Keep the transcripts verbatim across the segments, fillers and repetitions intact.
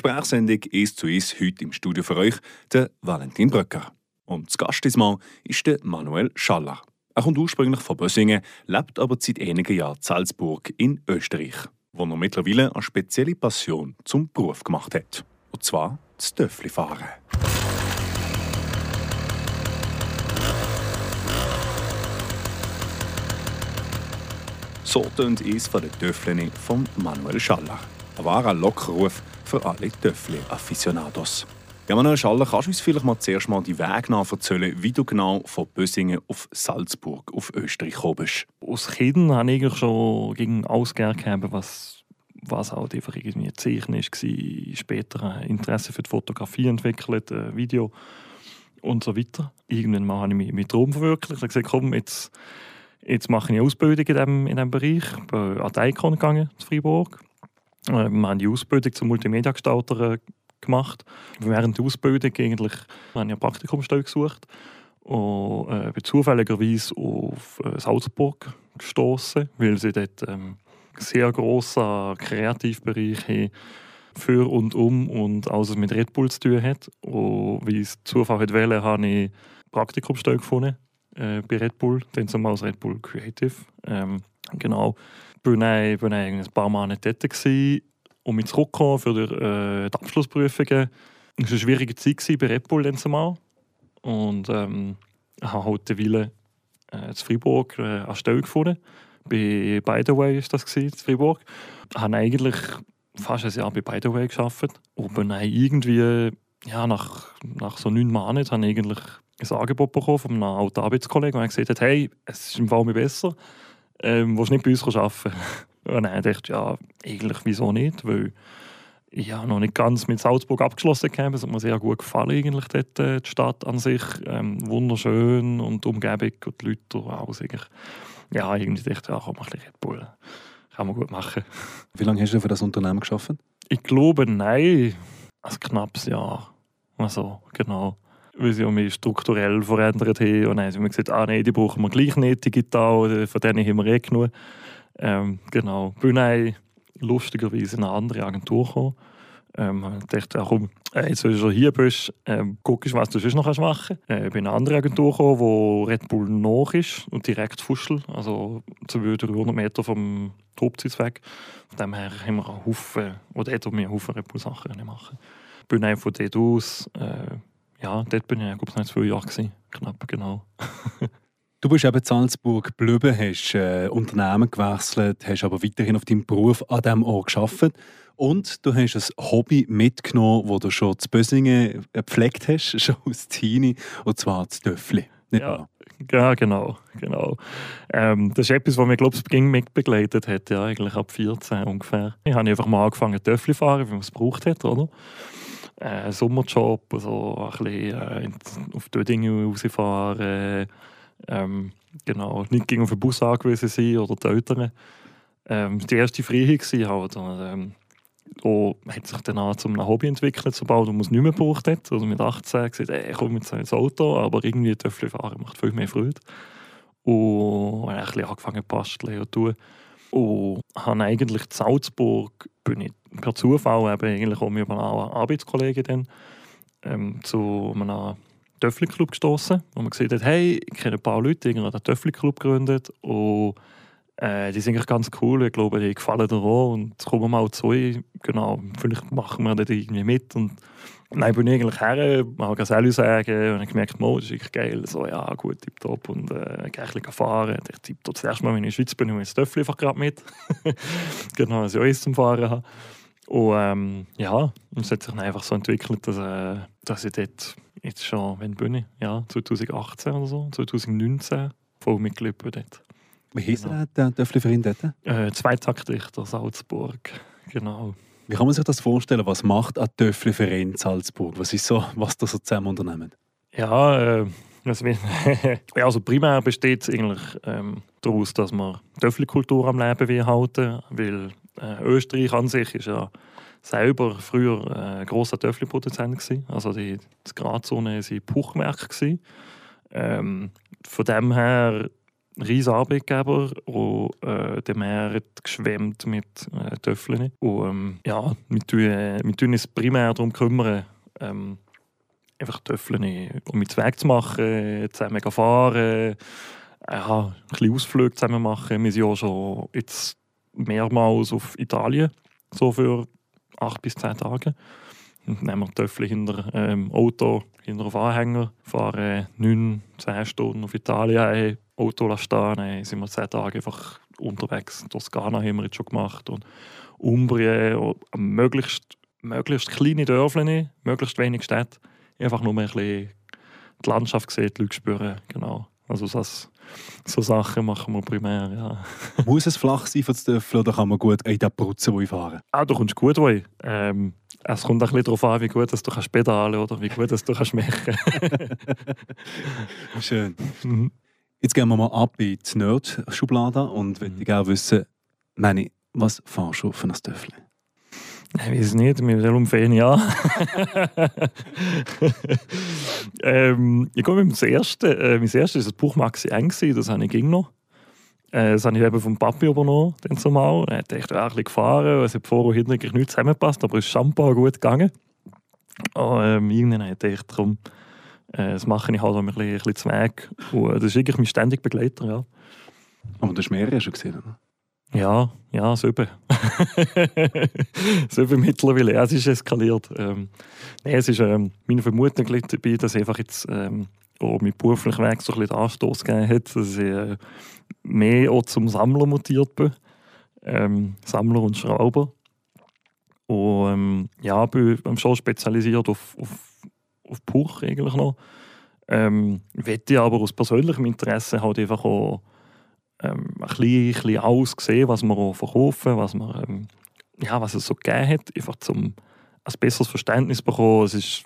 Gesprächssendung «eins zu eins» heute im Studio für euch der Valentin Bröcker. Und das Gast diesmal ist der Manuel Schaller. Er kommt ursprünglich von Bösingen, lebt aber seit einigen Jahren in Salzburg in Österreich, wo er mittlerweile eine spezielle Passion zum Beruf gemacht hat. Und zwar das Töfflifahren. So tönt es von den Töfflern von Manuel Schaller. Ein wahrer Lockruf für alle Töffli-Afficionados. Ja, Manuel Schaller, kannst du uns vielleicht mal zuerst mal die Wege nach erzählen, wie du genau von Bösingen auf Salzburg, auf Österreich gekommen bist? Als Kind habe ich eigentlich schon gegen alles gerne gehabt, was, was halt einfach irgendwie Zeichnen war. Später ein Interesse für die Fotografie entwickelt, Video und so weiter. Irgendwann mal habe ich mich mit Traum verwirklicht. Ich habe gesagt, komm, jetzt, jetzt mache ich eine Ausbildung in diesem in dem Bereich. Ich bin an die Icon gegangen, in Freiburg. Wir haben die Ausbildung zum Multimedia-Gestalter gemacht. Während der Ausbildung eigentlich habe ich eine Praktikumsstelle gesucht und äh, bin zufälligerweise auf äh, Salzburg gestoßen, weil sie dort ähm, einen sehr grossen Kreativbereich haben für und um und alles, was mit Red Bull zu tun hat. Und wie es Zufall hat wollte, habe ich eine Praktikumsstelle gefunden äh, bei Red Bull, dann zumal als Red Bull Creative. Ähm, genau. Bin ich, bin ich ein paar Monate dort gewesen, um mich zurückzukommen für die, äh, die Abschlussprüfungen. Es war eine schwierige Zeit bei Red Bull dann zumal. Und ähm, ich habe heute eine Weile äh, in Freiburg äh, eine Stelle gefunden. Bei By the Way war das gewesen, in Freiburg. Ich habe eigentlich fast ein Jahr bei By the Way gearbeitet. Und bin dann irgendwie, ja, nach, nach so neun Monaten habe ich eigentlich ein Angebot bekommen von einem alten Arbeitskollegen, der gesagt hat, hey, es ist im Fall besser. Ähm, willst du nicht bei uns arbeiten? Und dann dachte ich, ja, eigentlich wieso nicht, weil ich ja noch nicht ganz mit Salzburg abgeschlossen habe. Es hat mir sehr gut gefallen, eigentlich dort, äh, die Stadt an sich. Ähm, wunderschön und die Umgebung und die Leute und alles. Eigentlich. Ja, irgendwie dachte ich, ja, komm, ein bisschen Red Bull. Kann man gut machen. Wie lange hast du für das Unternehmen gearbeitet? Ich glaube, nein. Ein knappes Jahr. Also, genau. Weil sie mich strukturell verändert haben. Und dann haben sie mir gesagt, ah nein, die brauchen wir gleich nicht digital, von denen haben wir eh genug. Ähm, genau. Bin ich lustigerweise in eine andere Agentur gekommen. Ähm, ich dachte, ja, komm, jetzt, wenn du schon hier bist, ähm, guckst, was du sonst noch machen kannst. Äh, ich bin in eine andere Agentur gekommen, wo Red Bull nach ist und direkt Fuschel, also zu dreihundert Meter vom Hauptsitz weg. Von dem her haben wir einen Haufen, oder hätten wir einen Haufen Red Bull Sachen machen. Bin ich von dort aus, äh, ja, dort bin ich, glaube ich, noch zwei Jahre gewesen. Knapp, genau. Du bist eben in Salzburg geblieben, hast äh, Unternehmen gewechselt, hast aber weiterhin auf deinem Beruf an diesem Ort gearbeitet. Und du hast ein Hobby mitgenommen, das du schon zu Bösingen gepflegt hast, schon aus Teenie, und zwar das Töffli. Nicht ja, wahr? Ja, genau. genau. Ähm, das ist etwas, was mich, glaube ich, mitbegleitet hat, ja, eigentlich ab vierzehn ungefähr. Ich habe einfach mal angefangen, Töffli zu fahren, wie man es gebraucht hat, oder? Äh, Sommerjob, so ein bisschen äh, auf Dödingen rausfahren, ähm, genau, nicht gegen auf den Bus angewiesen sein oder die Eltern. Ähm, die erste Freiheit war halt. Ähm, da hat sich dann auch zu einem Hobby entwickelt, sobald man es nicht mehr gebraucht hat. Also mit achtzehn gesagt, ey, komm jetzt ins Auto, aber irgendwie Töffli fahren macht viel mehr Freude. Und habe ein bisschen angefangen zu basteln und tun. Und habe eigentlich in Salzburg, bin ich per Zufall eben eigentlich auch mit einer Arbeitskollegen dann, ähm, zu einem Töffli-Club gestoßen, wo man gesehen hat, hey, ich kenne ein paar Leute, die haben einen Töffli-Club gegründet und äh, die sind eigentlich ganz cool, ich glaube, die gefallen dir auch und kommen mal zu euch, genau, vielleicht machen wir das irgendwie mit und dann bin ich eigentlich her, mal Salut sagen und habe gemerkt, das ist wirklich geil, so, ja, gut, tipptopp und äh, ich gehe ein bisschen fahren. Ich tipptopp, das erste Mal, wenn ich in der Schweiz bin, nehme ich das Töffli einfach gerade mit. Genau, dass ich auch eins zum Fahren habe. Und ähm, ja, es hat sich dann einfach so entwickelt, dass, äh, dass ich dort jetzt schon, wann bin ich? Ja, zwanzig achtzehn oder so, zwanzig neunzehn, voll Mitglied bin dort. Wie heisst genau. der Töffli-Verein dort? Äh, Zweitaktrichter Salzburg, genau. Wie kann man sich das vorstellen? Was macht ein Töffli-Verein Salzburg? Was ist so, was da so zusammen unternehmen? Ja, äh, also, also primär besteht es eigentlich ähm, daraus, dass wir Töffli-Kultur am Leben halten, weil äh, Österreich an sich ist ja selber früher ein äh, grosser Töffli-Produzent gewesen. Also die, die Grazzone waren Puchwerke gewesen. Ähm, von dem her riesen Arbeitgeber, und äh, der Meer hat geschwemmt mit äh, Töffeln. Und ähm, ja, wir tun, äh, wir tun uns primär darum kümmern, ähm, einfach Töffeln um mit Weg zu machen, zusammen fahren, ja, ein bisschen Ausflüge zusammen machen. Wir sind ja schon jetzt mehrmals auf Italien, so für acht bis zehn Tage. Dann nehmen wir Töffel hinter ähm, Auto, hinter auf Anhänger, fahren neun, zehn Stunden auf Italien heim, Auto stehen, dann sind wir zehn Tage einfach unterwegs. Toskana haben wir jetzt schon gemacht und Umbrien, und möglichst, möglichst kleine Dörfchen, möglichst wenig Städte. Einfach nur ein bisschen die Landschaft sehen, die Leute spüren, genau. Also das, so Sachen machen wir primär, ja. Muss es flach sein für das Töffel oder kann man gut in den Brutzen fahren? Ah, du kommst gut rein. Ähm, es kommt ein bisschen darauf an, wie gut dass du kannst pedalen oder wie gut dass du kannst machen. Schön. Mhm. Jetzt gehen wir mal ab in die Nerd-Schublade und würde mhm. gerne wissen, meine, was fahrst du für ein Töffel? Ich weiß nicht, wir sind um zehn Jahre. ähm, ich komme mit dem ersten. Äh, mein erstes war das Buchmaxi Eng, das habe ich ging noch. Äh, das habe ich eben vom Papi übernommen, dann zumal. Er hat echt auch ein bisschen gefahren, es hat vor und hinten nicht zusammengepasst, aber es ist Shampoo gut gegangen. Und ähm, irgendwann hat er echt darum, äh, das mache ich halt ein bisschen, ein bisschen zu Weg. Und das ist wirklich mein ständiger Begleiter, ja. Aber du hast mehrere schon gesehen, oder? Ja, ja, sieben. sieben mittlerweile. Ja, es ist eskaliert. Ähm, nee, es ist ähm, meine Vermutung liegt dabei, dass ich einfach jetzt ähm, auch mit beruflichen Weg so ein bisschen den Anstoß gegeben hat, dass ich äh, mehr auch zum Sammler mutiert bin. Ähm, Sammler und Schrauber. Und ähm, ja, bin schon spezialisiert auf, auf, auf Puch eigentlich noch. Ähm, wette aber aus persönlichem Interesse halt einfach auch Ähm, ein bisschen, ein bisschen alles gesehen, was wir auch verkaufen, was, wir, ähm, ja, was es so gegeben hat, einfach zum ein besseres Verständnis bekommen. Es ist,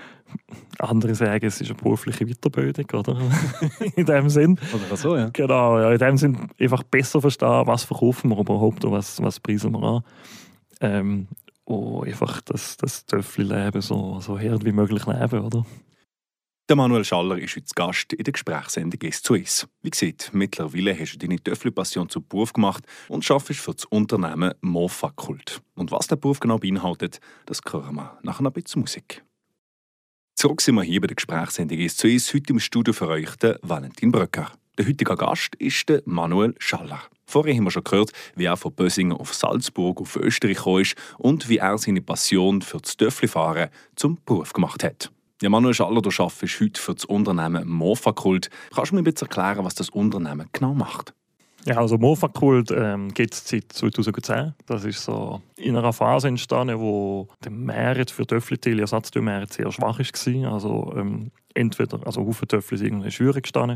andere sagen, es ist eine berufliche Weiterbildung, oder? In dem Sinn. Oder so, ja. Genau, ja, in dem Sinn einfach besser verstehen, was verkaufen wir überhaupt und was, was preisen wir an. Ähm, und einfach das, das Töffli-Leben so, so hart wie möglich leben, oder? Der Manuel Schaller ist heute Gast in der Gesprächssendung «S zu S». Wie gesagt, mittlerweile hast du deine Töffli-Passion zum Beruf gemacht und arbeitest für das Unternehmen Mofakult. Und was der Beruf genau beinhaltet, das hören wir nachher noch ein bisschen Musik. Zurück sind wir hier bei der Gesprächssendung «S zu S». Heute im Studio für euch der Valentin Bröcker. Der heutige Gast ist der Manuel Schaller. Vorher haben wir schon gehört, wie er von Bösingen auf Salzburg auf Österreich gekommen ist und wie er seine Passion für das Töffli-Fahren zum Beruf gemacht hat. Ja, Manuel Schaller, du arbeitest heute für das Unternehmen Mofakult. Kannst du mir ein bisschen erklären, was das Unternehmen genau macht? Ja, also Mofakult ähm, gibt es seit zweitausendzehn. Das ist so in einer Phase entstanden, wo der Markt für Töffli-Teile, Ersatzteilmarkt sehr schwach war. Also ähm, entweder, also Haufen Töffli sind in der Schwüre gestanden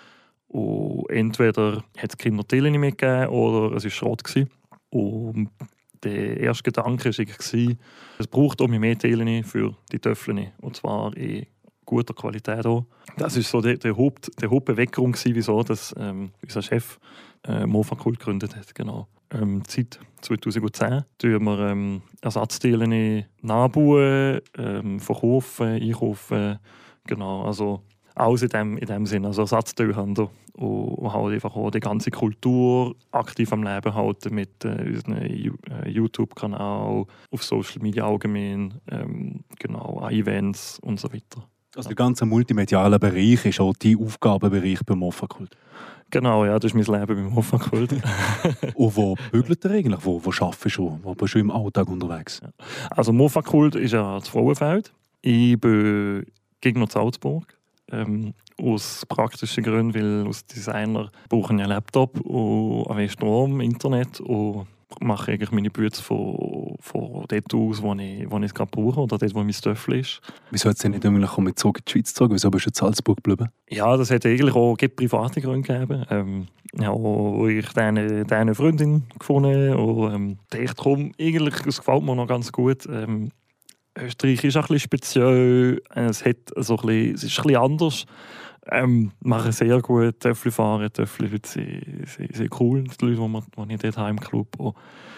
und entweder hat es keine Teile nicht mehr gegeben oder es war Schrott gewesen. Und der erste Gedanke war, es braucht auch mehr Teile für die Töffel, und zwar in guter Qualität auch. Das war so der, der, Haupt, der Hauptbeweggrund, wieso dass, ähm, unser Chef äh, Mofakult gegründet hat. Genau. Ähm, seit zweitausendzehn tun wir ähm, Ersatzteile nachbauen, ähm, verkaufen, einkaufen. Genau, also alles in dem, in dem Sinn, also Ersatzteilhandel. Und halt einfach auch die ganze Kultur aktiv am Leben halten mit äh, unserem YouTube-Kanal, auf Social Media allgemein, ähm, genau, an Events und so weiter. Also der ganze multimediale Bereich ist auch dein Aufgabenbereich beim Mofakult? Genau, ja, das ist mein Leben beim Mofakult. Und wo bügelt ihr eigentlich? Wo, wo arbeitest du? Wo bist du im Alltag unterwegs? Ja. Also Mofakult ist ja das Frauenfeld. Ich bin Gegner Salzburg. Ähm, aus praktischen Gründen, weil als Designer brauchen ja Laptop und ein Strom, Internet und mache eigentlich meine Bütze von, von dort aus, wo ich, wo ich es gerade brauche oder dort, wo mein Töffel ist. Wieso hat es nicht mit zurück in die Schweiz gezogen? Wieso bist du in Salzburg geblieben? Ja, das hat eigentlich auch private Gründe gegeben. Ähm, ja, wo ich diese, diese Freundin gefunden und ähm, dachte, komm, eigentlich, das gefällt mir noch ganz gut. Ähm, Österreich ist auch ein bisschen speziell, es, hat so ein bisschen, es ist ein bisschen anders. Ähm, machen sehr gut, Töffli fahren, Töffli sind, sind, sind cool, die Leute, die, wir, die ich dort habe im Club. Und,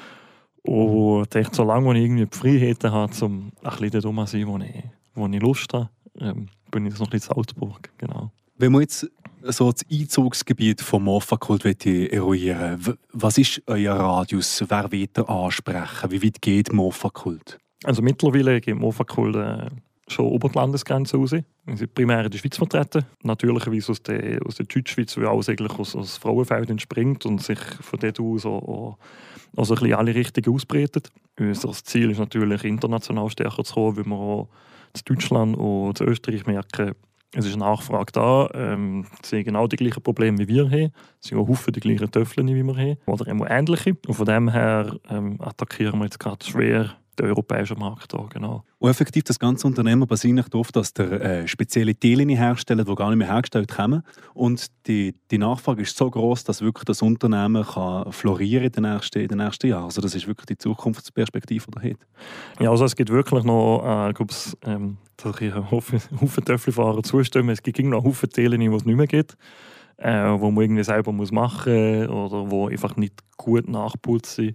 und dachte, solange ich irgendwie die Freiheit habe, um ein bisschen dort rum zu sein, wo ich, wo ich Lust habe, ähm, bin ich noch ein bisschen in Salzburg. Genau. Wenn wir jetzt so das Einzugsgebiet vom Mofakult eruieren will, was ist euer Radius? Wer wird ihr ansprechen? Wie weit geht Mofakult? Also mittlerweile geht Mofakult äh, schon über die Landesgrenze raus. Wir sind primär in der Schweiz vertreten. Natürlicherweise aus der, aus der Deutschschweiz, die alles eigentlich aus, aus Frauenfeld entspringt und sich von dort aus auch, also ein bisschen alle Richtungen ausbreitet. Unser Ziel ist natürlich, international stärker zu kommen, weil wir auch in Deutschland und in Österreich merken, es ist eine Nachfrage da. Ähm, sie haben genau die gleichen Probleme wie wir haben. Sie haben auch Haufen die gleichen Töffel wie wir haben. Oder immer ähnliche. Und von dem her ähm, attackieren wir jetzt gerade schwer den europäischen Markt da, genau. Und effektiv, das ganze Unternehmen basiert darauf, dass der äh, spezielle Teile herstellen, die gar nicht mehr hergestellt kommen. Und die, die Nachfrage ist so groß, dass wirklich das Unternehmen kann florieren in den nächsten, in den nächsten Jahren. Also das ist wirklich die Zukunftsperspektive, die er hat. Ja, also es gibt wirklich noch, äh, ich glaube, ähm, dass ich einen Haufen, Haufen Töffelfahrer zustimmen. Es gibt noch Haufen Teile, die es nicht mehr gibt, äh, wo man irgendwie selber muss machen muss oder wo einfach nicht gut nachputzt sind.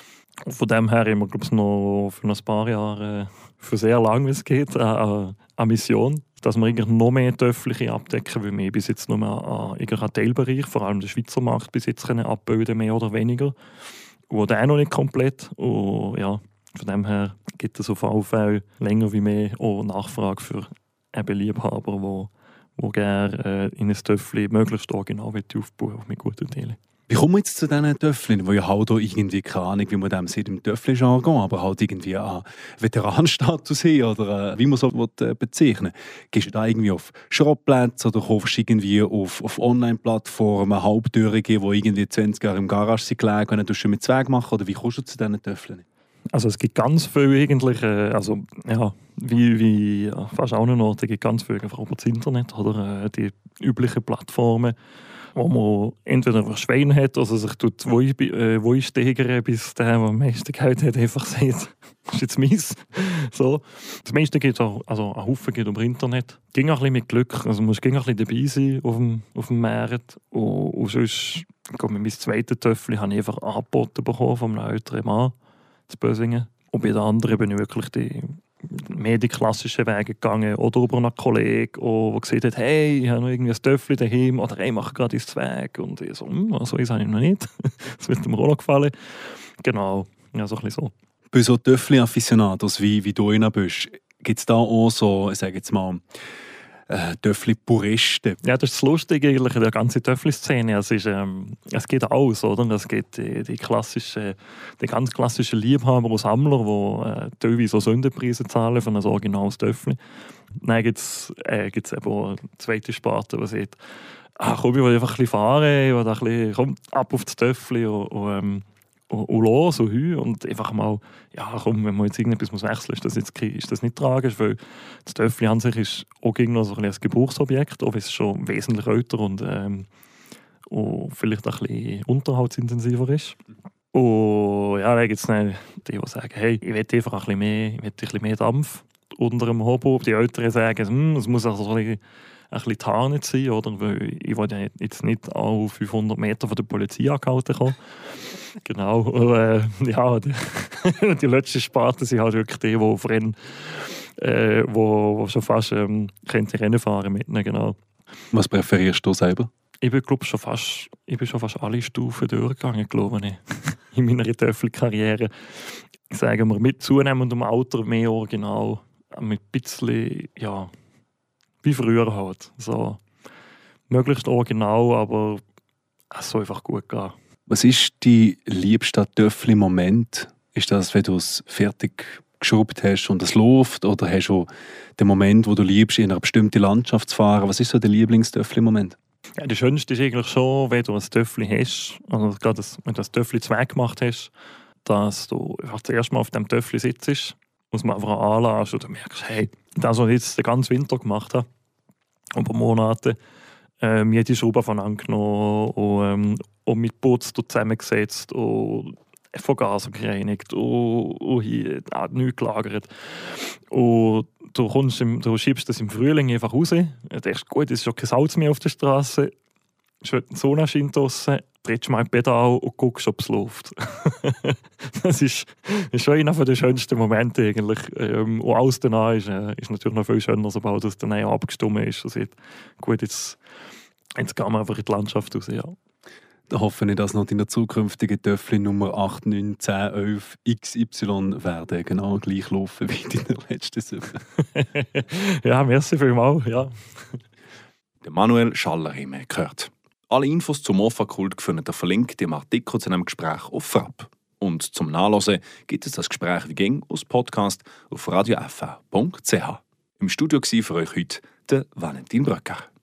Von dem her haben wir, glaube ich, noch für ein paar Jahre, für sehr lange, wie es geht, eine, eine Mission, dass wir eigentlich noch mehr Töffel abdecken, weil wir bis jetzt nur einen, einen Teilbereich, vor allem den Schweizer Markt, bis jetzt können abbilden, mehr oder weniger. Und auch noch nicht komplett. Und ja, von dem her gibt es auf jeden Fall länger wie mehr auch Nachfrage für eben Liebhaber, die, die gerne in ein Töffel möglichst original aufbauen mit guten Teilen. Wie kommen wir jetzt zu diesen Töffeln, die ja halt auch irgendwie, keine Ahnung, wie man dem sieht im Töffel-Jargon, aber halt irgendwie einen Veteranenstatus haben oder äh, wie man so will, äh, bezeichnen will. Gehst du da irgendwie auf Schrottplätze oder kaufst du irgendwie auf, auf Online-Plattformen Halbtürige, die irgendwie zwanzig Jahre im Garage sind gelegen und dann tust du mit Zweig machen, oder wie kommst du zu diesen Töffeln? Also es gibt ganz viele eigentlich, äh, also ja, wie, wie ja, fast auch noch, es gibt ganz viele einfach über das Internet oder äh, die üblichen Plattformen, wo man entweder ein Schwein hat oder sich tut wo steigern, bis der, der am meisten Geld hat, einfach sagt, das ist jetzt mies. So. Das meiste geht auch, also ein Haufen geht über Internet. Ging auch ein bisschen mit Glück, also man muss ein bisschen dabei sein auf dem, auf dem Markt. Und, und sonst, mit meinem zweiten Töffel habe ich einfach angeboten bekommen von einem älteren Mann zu Bösingen. Und bei den anderen bin ich wirklich die mehr die klassischen Wege gegangen oder über einen Kollegen, der gesagt hat, hey, ich habe noch irgendwie ein Töffel daheim oder hey, mach gerade ins Zweig. Und ich so, hm, so ist es noch nicht. Das wird mir auch noch gefallen. Genau, ja, so ein bisschen so. Bei so Töffel-Afficionados, wie, wie du einer bist, gibt es da auch so, ich sage jetzt mal, äh, Töffli-Puristen? Ja, das ist das Lustige eigentlich in der ganzen Töffli-Szene. Es, ist, ähm, es geht alles, oder? Es gibt die, die, klassischen, die ganz klassischen Liebhaber und Sammler, die äh, teilweise so Sündenpreise zahlen für ein originales Töffli. Dann gibt es äh, eben auch eine zweite Sparte, die sagt, ah, komm, ich will einfach ein bisschen fahren, ich will ein bisschen, komm, ab auf das Töffli und, und ähm, Und, und los und heu und einfach mal, ja komm, wenn man jetzt irgendetwas muss wechseln muss, ist das, jetzt, ist das nicht tragisch, weil das Töffli an sich ist auch noch so ein, ein Gebrauchsobjekt, auch wenn es schon wesentlich älter und, ähm, und vielleicht ein bisschen unterhaltsintensiver ist. Und ja, dann gibt es die, die sagen, hey, ich will einfach ein bisschen mehr, ich will ein bisschen mehr Dampf unter dem Hobo. Die Älteren sagen, hm, es muss also so ein bisschen ein bisschen tarnet sein, oder? Weil ich wollte ja jetzt nicht auf fünfhundert Meter von der Polizei angehalten kommen. Genau. Und, äh, ja, die, die letzten Sparten sind halt wirklich die, die auf Rennen, äh, wo, wo schon fast ähm, Rennen fahren mit ihnen, genau. Was präferierst du selber? Ich bin, glaube schon fast, ich bin schon fast alle Stufen durchgegangen, glaube ich, in meiner Töffelkarriere. Sagen wir, mit zunehmendem Alter mehr original, mit ein bisschen, ja, wie früher halt. So, möglichst original, aber es soll einfach gut gehen. Was ist dein liebster Töffli-Moment? Ist das, wenn du es fertig geschraubt hast und es läuft? Oder hast du den Moment, wo du liebst, in einer bestimmten Landschaft zu fahren? Was ist so der Lieblingstöffli-Moment? Ja, der schönste ist eigentlich schon, wenn du ein Töffli hast, also gerade das, wenn du das Töffli Zweig gemacht hast, dass du einfach das erste Mal auf dem Töffli sitzt, muss man einfach anlassen und du merkst, hey, das, was ich jetzt den ganzen Winter gemacht habe, ein paar Monate, äh, mir die Schraube voneinander genommen und, ähm, und mit Putz zusammengesetzt und Vergaser gereinigt und, und hier auch nichts gelagert. Und du, kommst im, du schiebst das im Frühling einfach raus. Du denkst, gut, es ist schon kein Salz mehr auf der Straße. Die Sonne scheint draussen, drehst mal ein Pedal und guckst, ob es läuft. Das ist, ist schon einer der schönsten Momente eigentlich. Ähm, und alles danach ist, äh, ist natürlich noch viel schöner, sobald es dann abgestimmt ist und sagt, gut, jetzt, Jetzt gehen wir einfach in die Landschaft raus, ja. Da hoffe ich, dass noch deine zukünftigen Töffel Nummer acht, neun, zehn, elf X Y werden genau gleich laufen wie deine letzten Suche. Ja, merci vielmals, ja. Der Manuel Schaller haben wir gehört. Alle Infos zum Morphakult findet ihr verlinkt im Artikel zu einem Gespräch auf Frapp. Und zum Nachlesen gibt es das Gespräch wie ging als Podcast auf radio f r punkt c h. Im Studio war für euch heute der Valentin Bröcker.